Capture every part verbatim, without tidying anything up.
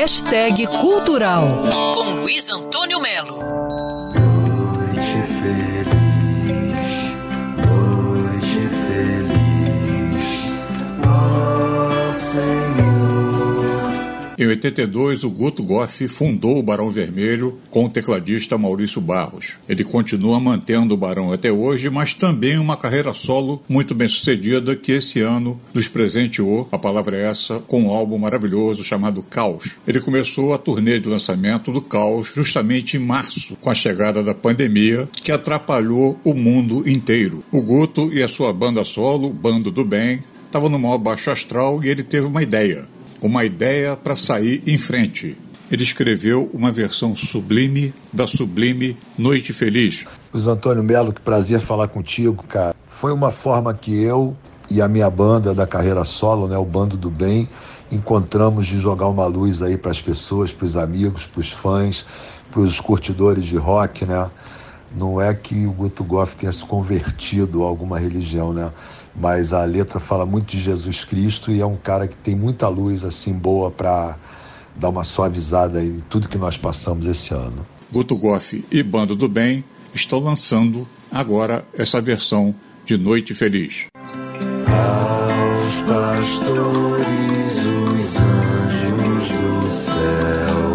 Hashtag Cultural, com Luiz Antônio Melo. Noite feliz, noite feliz, ó Senhor. Em oitenta e dois, o Guto Goff fundou o Barão Vermelho com o tecladista Maurício Barros. Ele continua mantendo o Barão até hoje, mas também uma carreira solo muito bem sucedida que esse ano nos presenteou, a palavra é essa, com um álbum maravilhoso chamado Caos. Ele começou a turnê de lançamento do Caos justamente em março, com a chegada da pandemia, que atrapalhou o mundo inteiro. O Guto e a sua banda solo, Bando do Bem, estavam no maior baixo astral e ele teve uma ideia. Uma ideia para sair em frente. Ele escreveu uma versão sublime da sublime Noite Feliz. Luiz Antônio Melo, que prazer falar contigo, cara. Foi uma forma que eu e a minha banda da carreira solo, né, o Bando do Bem, encontramos de jogar uma luz aí para as pessoas, para os amigos, para os fãs, para os curtidores de rock, né? Não é que o Guto Goff tenha se convertido a alguma religião, né? Mas a letra fala muito de Jesus Cristo e é um cara que tem muita luz, assim, boa para dar uma suavizada em tudo que nós passamos esse ano. Guto Goff e Bando do Bem estão lançando agora essa versão de Noite Feliz. Aos pastores, os anjos do céu,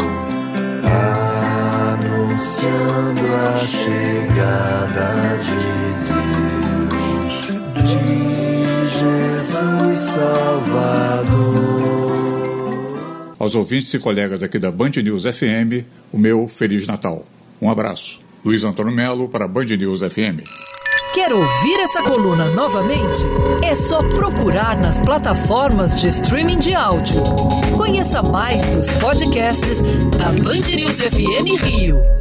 anunciando a chegada de Deus, de Jesus Salvador. Aos ouvintes e colegas aqui da Band News F M, o meu Feliz Natal. Um abraço. Luiz Antônio Melo para a Band News F M. Quer ouvir essa coluna novamente? É só procurar nas plataformas de streaming de áudio. Conheça mais dos podcasts da Band News F M Rio.